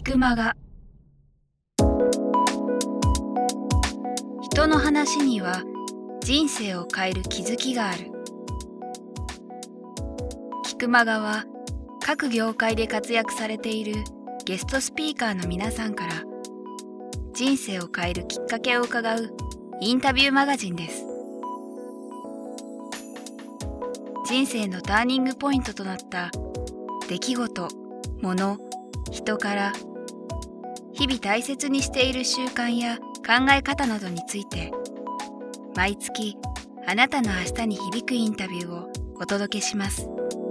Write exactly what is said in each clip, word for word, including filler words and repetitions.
くまが。人の話には人生を変える気づきがある。キクマガは各業界で活躍されているゲストスピーカーの皆さんから人生を変えるきっかけを伺うインタビューマガジンです。人生のターニングポイントとなった出来事、物、人から日々大切にしている習慣や考え方などについて毎月あなたの明日に響くインタビューをお届けします。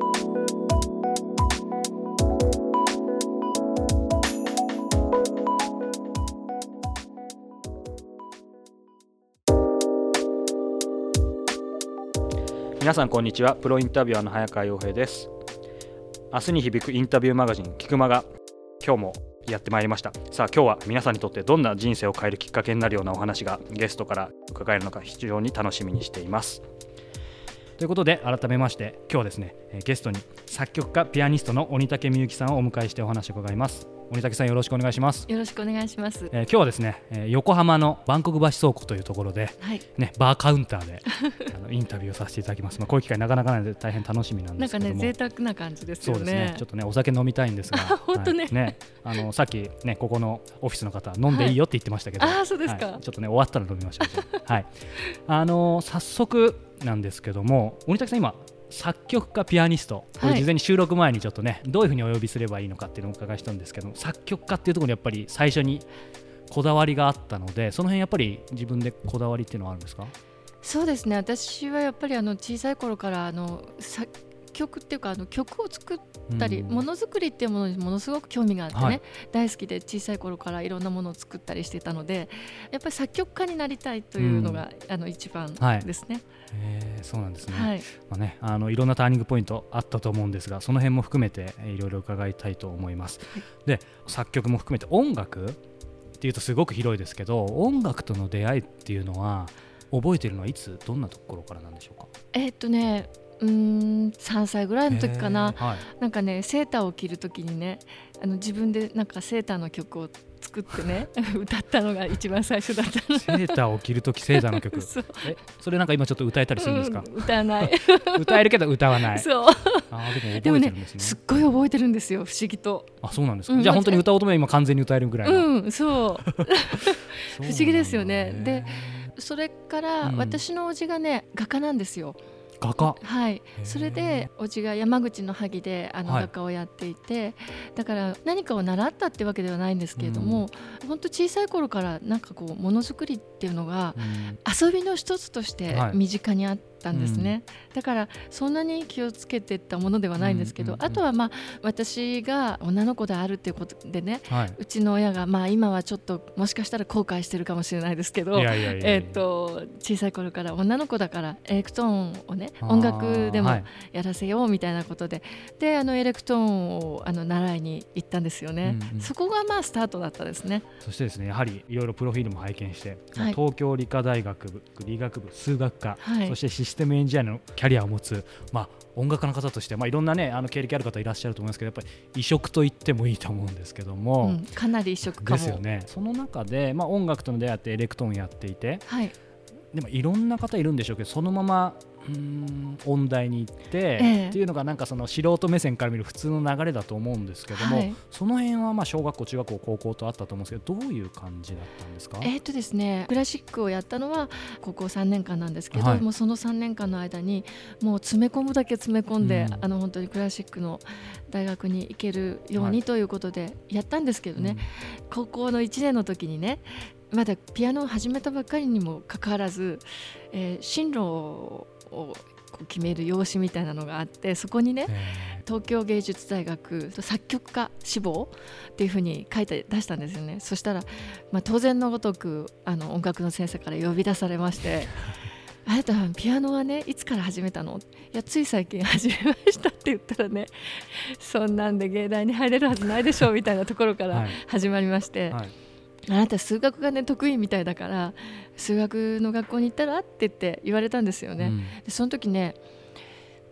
皆さんこんにちは。プロインタビュアーの早川洋平です。明日に響くインタビューマガジンキクマガ、今日もやってまいりました。さあ今日は皆さんにとってどんな人生を変えるきっかけになるようなお話がゲストから伺えるのか非常に楽しみにしています。ということで改めまして今日はですね、ゲストに作曲家ピアニストの鬼武みゆきさんをお迎えしてお話を伺います。鬼武さんよろしくお願いします。 よろしくお願いします。 えー、今日はですね、えー、横浜の万国橋倉庫というところで、はいね、バーカウンターであのインタビューをさせていただきます。まあ、こういう機会なかなかないので大変楽しみなんですけども、 なんかね贅沢な感じですよね。 そうですね、ちょっとねお酒飲みたいんですが本当ね、 はい、ねあのさっきねここのオフィスの方飲んでいいよって言ってましたけど、 はい、あそうですか、 はい、ちょっとね終わったら飲みましょうはい、あのー、早速なんですけども鬼武さん今作曲家ピアニスト、これ事前に収録前にちょっとね、はい、どういうふうにお呼びすればいいのかっていうのをお伺いしたんですけど、作曲家っていうところにやっぱり最初にこだわりがあったので、その辺やっぱり自分でこだわりっていうのはあるんですか？ そうですね、私はやっぱりあの小さい頃からあの作曲っていうかあの曲を作ったりものづくりっていうものにものすごく興味があってね、はい、大好きで小さい頃からいろんなものを作ったりしてたので、やっぱり作曲家になりたいというのが、うん、あの一番ですね。はい、 えー、そうなんですね。 はい、 まあね、あのいろんなターニングポイントあったと思うんですが、その辺も含めていろいろ伺いたいと思います。はい、で作曲も含めて音楽っていうとすごく広いですけど、音楽との出会いっていうのは覚えているのはいつどんなところからなんでしょうか？ えー、っとねうーんさんさいぐらいの時かな、 はい、 なんかねセーターを着る時にねあの自分でなんかセーターの曲を作ってね歌ったのが一番最初だったの。 セーターを着るときセーターの曲そうえそれなんか今ちょっと歌えたりするんですか？ うん、歌わない歌えるけど歌わない。 そうあでも覚えてるんですね。 でもねすっごい覚えてるんですよ、不思議と。 あそうなんですか、 うん、 じゃあ本当に歌おうと思えば今完全に歌えるぐらいの。 うんそう不思議ですよね。でそれから私のおじがね、うん、画家なんですよ。 画家、 はい、それでおじが山口の萩であの画家をやっていて、はい、だから何かを習ったってわけではないんですけれども、うん、本当小さい頃からなんかこうものづくりっていうのが遊びの一つとして身近にあったんですね。はい、だからそんなに気をつけていったものではないんですけど、うんうんうん、あとはまあ私が女の子であるっていうことでね、はい、うちの親がまあ今はちょっともしかしたら後悔してるかもしれないですけど、えっと小さい頃から女の子だからエレクトーンをね音楽でもやらせようみたいなことで、はい、であのエレクトーンをあの習いに行ったんですよね。うんうん、そこがまあスタートだったですね。 そしてですねやはりいろいろプロフィールも拝見して、はい、東京理科大学部理学部数学科、はい、そしてシステムエンジニアのキャリアを持つ、まあ、音楽家の方として、まあ、いろんな、ね、あの経歴ある方いらっしゃると思いますけど、やっぱり異色と言ってもいいと思うんですけども、 うん、かなり異色かもですよね。その中で、まあ、音楽との出会ってエレクトーンやっていて、 はい、 でもいろんな方いるんでしょうけどそのままうーん音大に行って、ええ、っていうのがなんかその素人目線から見る普通の流れだと思うんですけども、はい、その辺はまあ小学校中学校高校とあったと思うんですけど、どういう感じだったんですか？ えーっとですね、クラシックをやったのは高校さんねんかんなんですけど、はい、もうそのさんねんかんの間にもう詰め込むだけ詰め込んで、うん、あの本当にクラシックの大学に行けるようにということでやったんですけどね、はい、高校のいちねんの時にねまだピアノを始めたばっかりにもかかわらず、えー、進路を決める用紙みたいなのがあって、そこにね東京芸術大学作曲家志望っていうふうに書いて出したんですよね。そしたら、まあ、当然のごとくあの音楽の先生から呼び出されましてあなたピアノはねいつから始めたの？いやつい最近始めましたって言ったらね、そんなんで芸大に入れるはずないでしょみたいなところから始まりまして、はいはい、あなた数学がね得意みたいだから数学の学校に行ったらって言って言われたんですよね。うん、でその時ね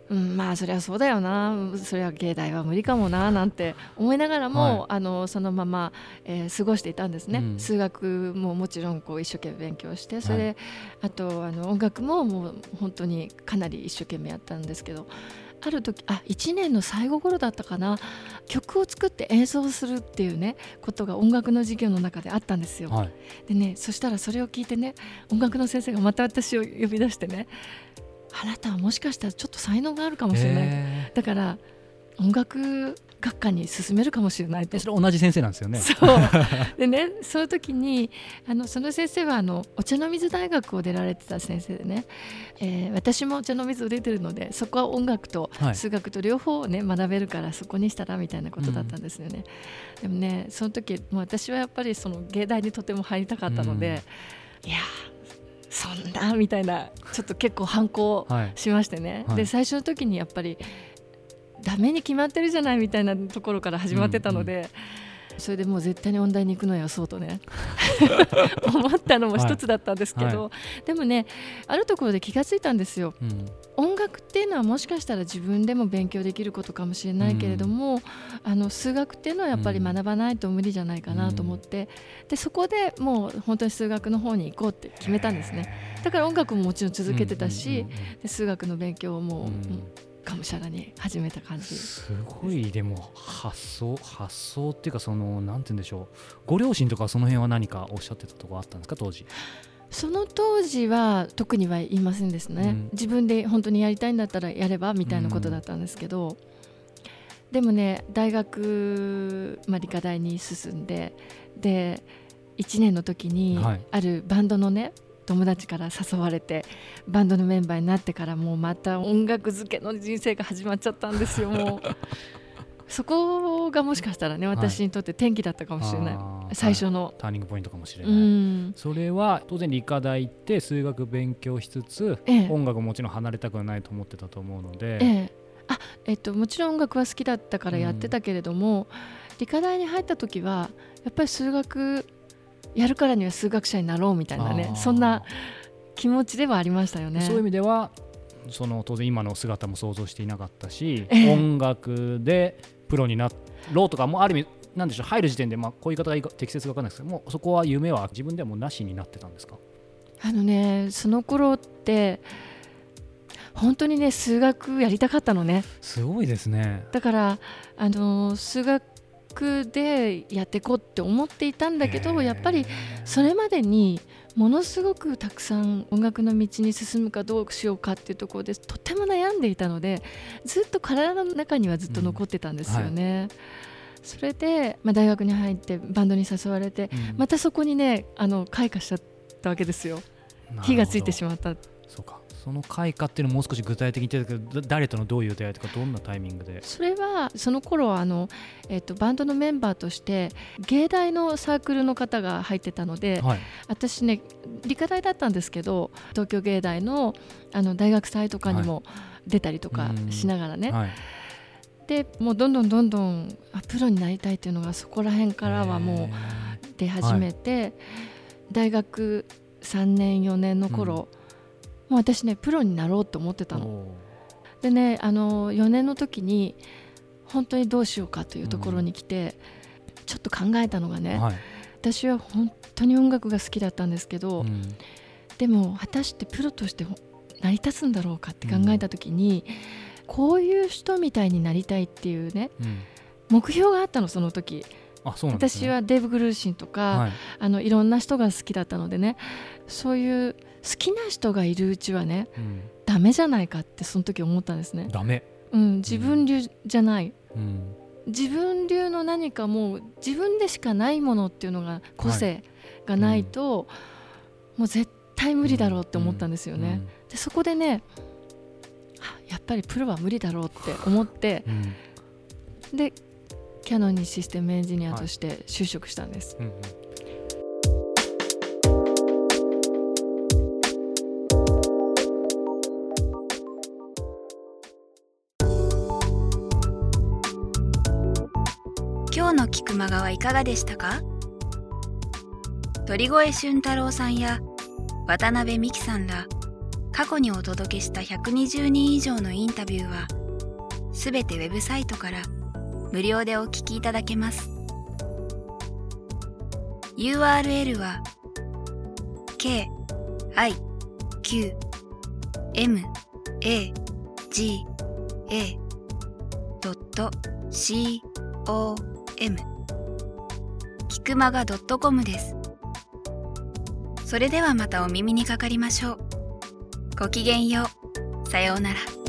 うん、まあそりゃそうだよな、そりゃ芸大は無理かもななんて思いながらも、はい、あのそのまま、えー、過ごしていたんですね、うん、数学ももちろんこう一生懸命勉強して、それで、はい、あとあの音楽ももう本当にかなり一生懸命やったんですけど、ある時あいちねんの最後頃だったかな、曲を作って演奏するっていうねことが音楽の授業の中であったんですよ、はい、でね、そしたらそれを聞いてね、音楽の先生がまた私を呼び出してね、あなたはもしかしたらちょっと才能があるかもしれない、えー、だから音楽学科に進めるかもしれないと。 それ同じ先生なんですよね。 そうでね、その時にあのその先生はあのお茶の水大学を出られてた先生でね、えー、私もお茶の水を出てるので、そこは音楽と数学と両方、ね、学べるからそこにしたらみたいなことだったんですよね、うん、でもねその時もう私はやっぱりその芸大にとても入りたかったので、うん、いやそんなみたいなちょっと結構反抗しましてね、はいはい、で最初の時にやっぱりダメに決まってるじゃないみたいなところから始まってたので、うんうん、それでもう絶対に音大に行くのやそうとね思ったのも一つだったんですけど、はいはい、でもねあるところで気がついたんですよ、うん、音楽っていうのはもしかしたら自分でも勉強できることかもしれないけれども、うん、あの数学っていうのはやっぱり学ばないと無理じゃないかなと思って、うん、でそこでもう本当に数学の方に行こうって決めたんですね。だから音楽ももちろん続けてたし、うんうんうんうん、で数学の勉強も、うんうんがむしゃらに始めた感じです。 すごいでも発想発想っていうか、そのなんて言うんでしょう、ご両親とかその辺は何かおっしゃってたところあったんですか当時。 その当時は特には言いませんですね、うん、自分で本当にやりたいんだったらやればみたいなことだったんですけど、うん、でもね大学、まあ、理科大に進んで、でいちねんの時にあるバンドのね友達から誘われてバンドのメンバーになってから、もうまた音楽漬けの人生が始まっちゃったんですよ。もうそこがもしかしたらね私にとって転機だったかもしれない、はい、最初のターニングポイントかもしれない、うん、それは当然理科大行って数学勉強しつつ、ええ、音楽ももちろん離れたくはないと思ってたと思うので、ええあえっと、もちろん音楽は好きだったからやってたけれども、うん、理科大に入った時はやっぱり数学やるからには数学者になろうみたいなね、そんな気持ちではありましたよね。 そういう意味ではその当然今の姿も想像していなかったし、えー、音楽でプロになろうとかもある意味なんでしょう、入る時点で、まあ、こういう言い方が適切か分からないですけども、そこは夢は自分ではもうなしになってたんですか。 あのねその頃って本当にね数学やりたかったのね。 すごいですね。 だからあの数学でやっていこうって思っていたんだけど、やっぱりそれまでにものすごくたくさん音楽の道に進むかどうしようかっていうところでとても悩んでいたので、ずっと体の中にはずっと残ってたんですよね、うんはい、それで、まあ、大学に入ってバンドに誘われて、うん、またそこにねあの開花しちゃったわけですよ。火がついてしまった。 そうか、その開花っていうのもう少し具体的に言ってたけど、誰とのどういう出会いとかどんなタイミングで。 それはその頃はあの、えー、とバンドのメンバーとして芸大のサークルの方が入ってたので、はい、私ね理科大だったんですけど東京芸大 の, あの大学祭とかにも出たりとかしながらね、はい、でもうどんどんどんどんあプロになりたいっていうのがそこら辺からはもう出始めて、はい、大学さんねんよねんの頃、うん、もう私ねプロになろうと思ってたのでね、あのよねんの時に本当にどうしようかというところに来て、うん、ちょっと考えたのがね、はい、私は本当に音楽が好きだったんですけど、うん、でも果たしてプロとして成り立つんだろうかって考えた時に、うん、こういう人みたいになりたいっていうね、うん、目標があったのその時。 あ、そうなんですね。 私はデーブ・グルーシンとか、はい、あのいろんな人が好きだったのでね、そういう好きな人がいるうちはね、うん、ダメじゃないかってその時思ったんですね。 ダメ、 うん、自分流じゃない、うん、自分流の何かもう自分でしかないものっていうのが個性がないと、はい、もう絶対無理だろうって思ったんですよね、うんうん、でそこでねやっぱりプロは無理だろうって思って、うん、でキャノンにシステムエンジニアとして就職したんです、はい、うんうん、 今日の菊間川はいかがでしたか？鳥越俊太郎さんや渡辺美樹さんら過去にお届けしたひゃくにじゅうにん以上のインタビューはすべてウェブサイトから無料でお聞きいただけます。 ユーアールエル は ケーアイキューエムエージーエードットシーオーエム キクマガ ドットコム です。それではまたお耳にかかりましょう。ごきげんよう。さようなら。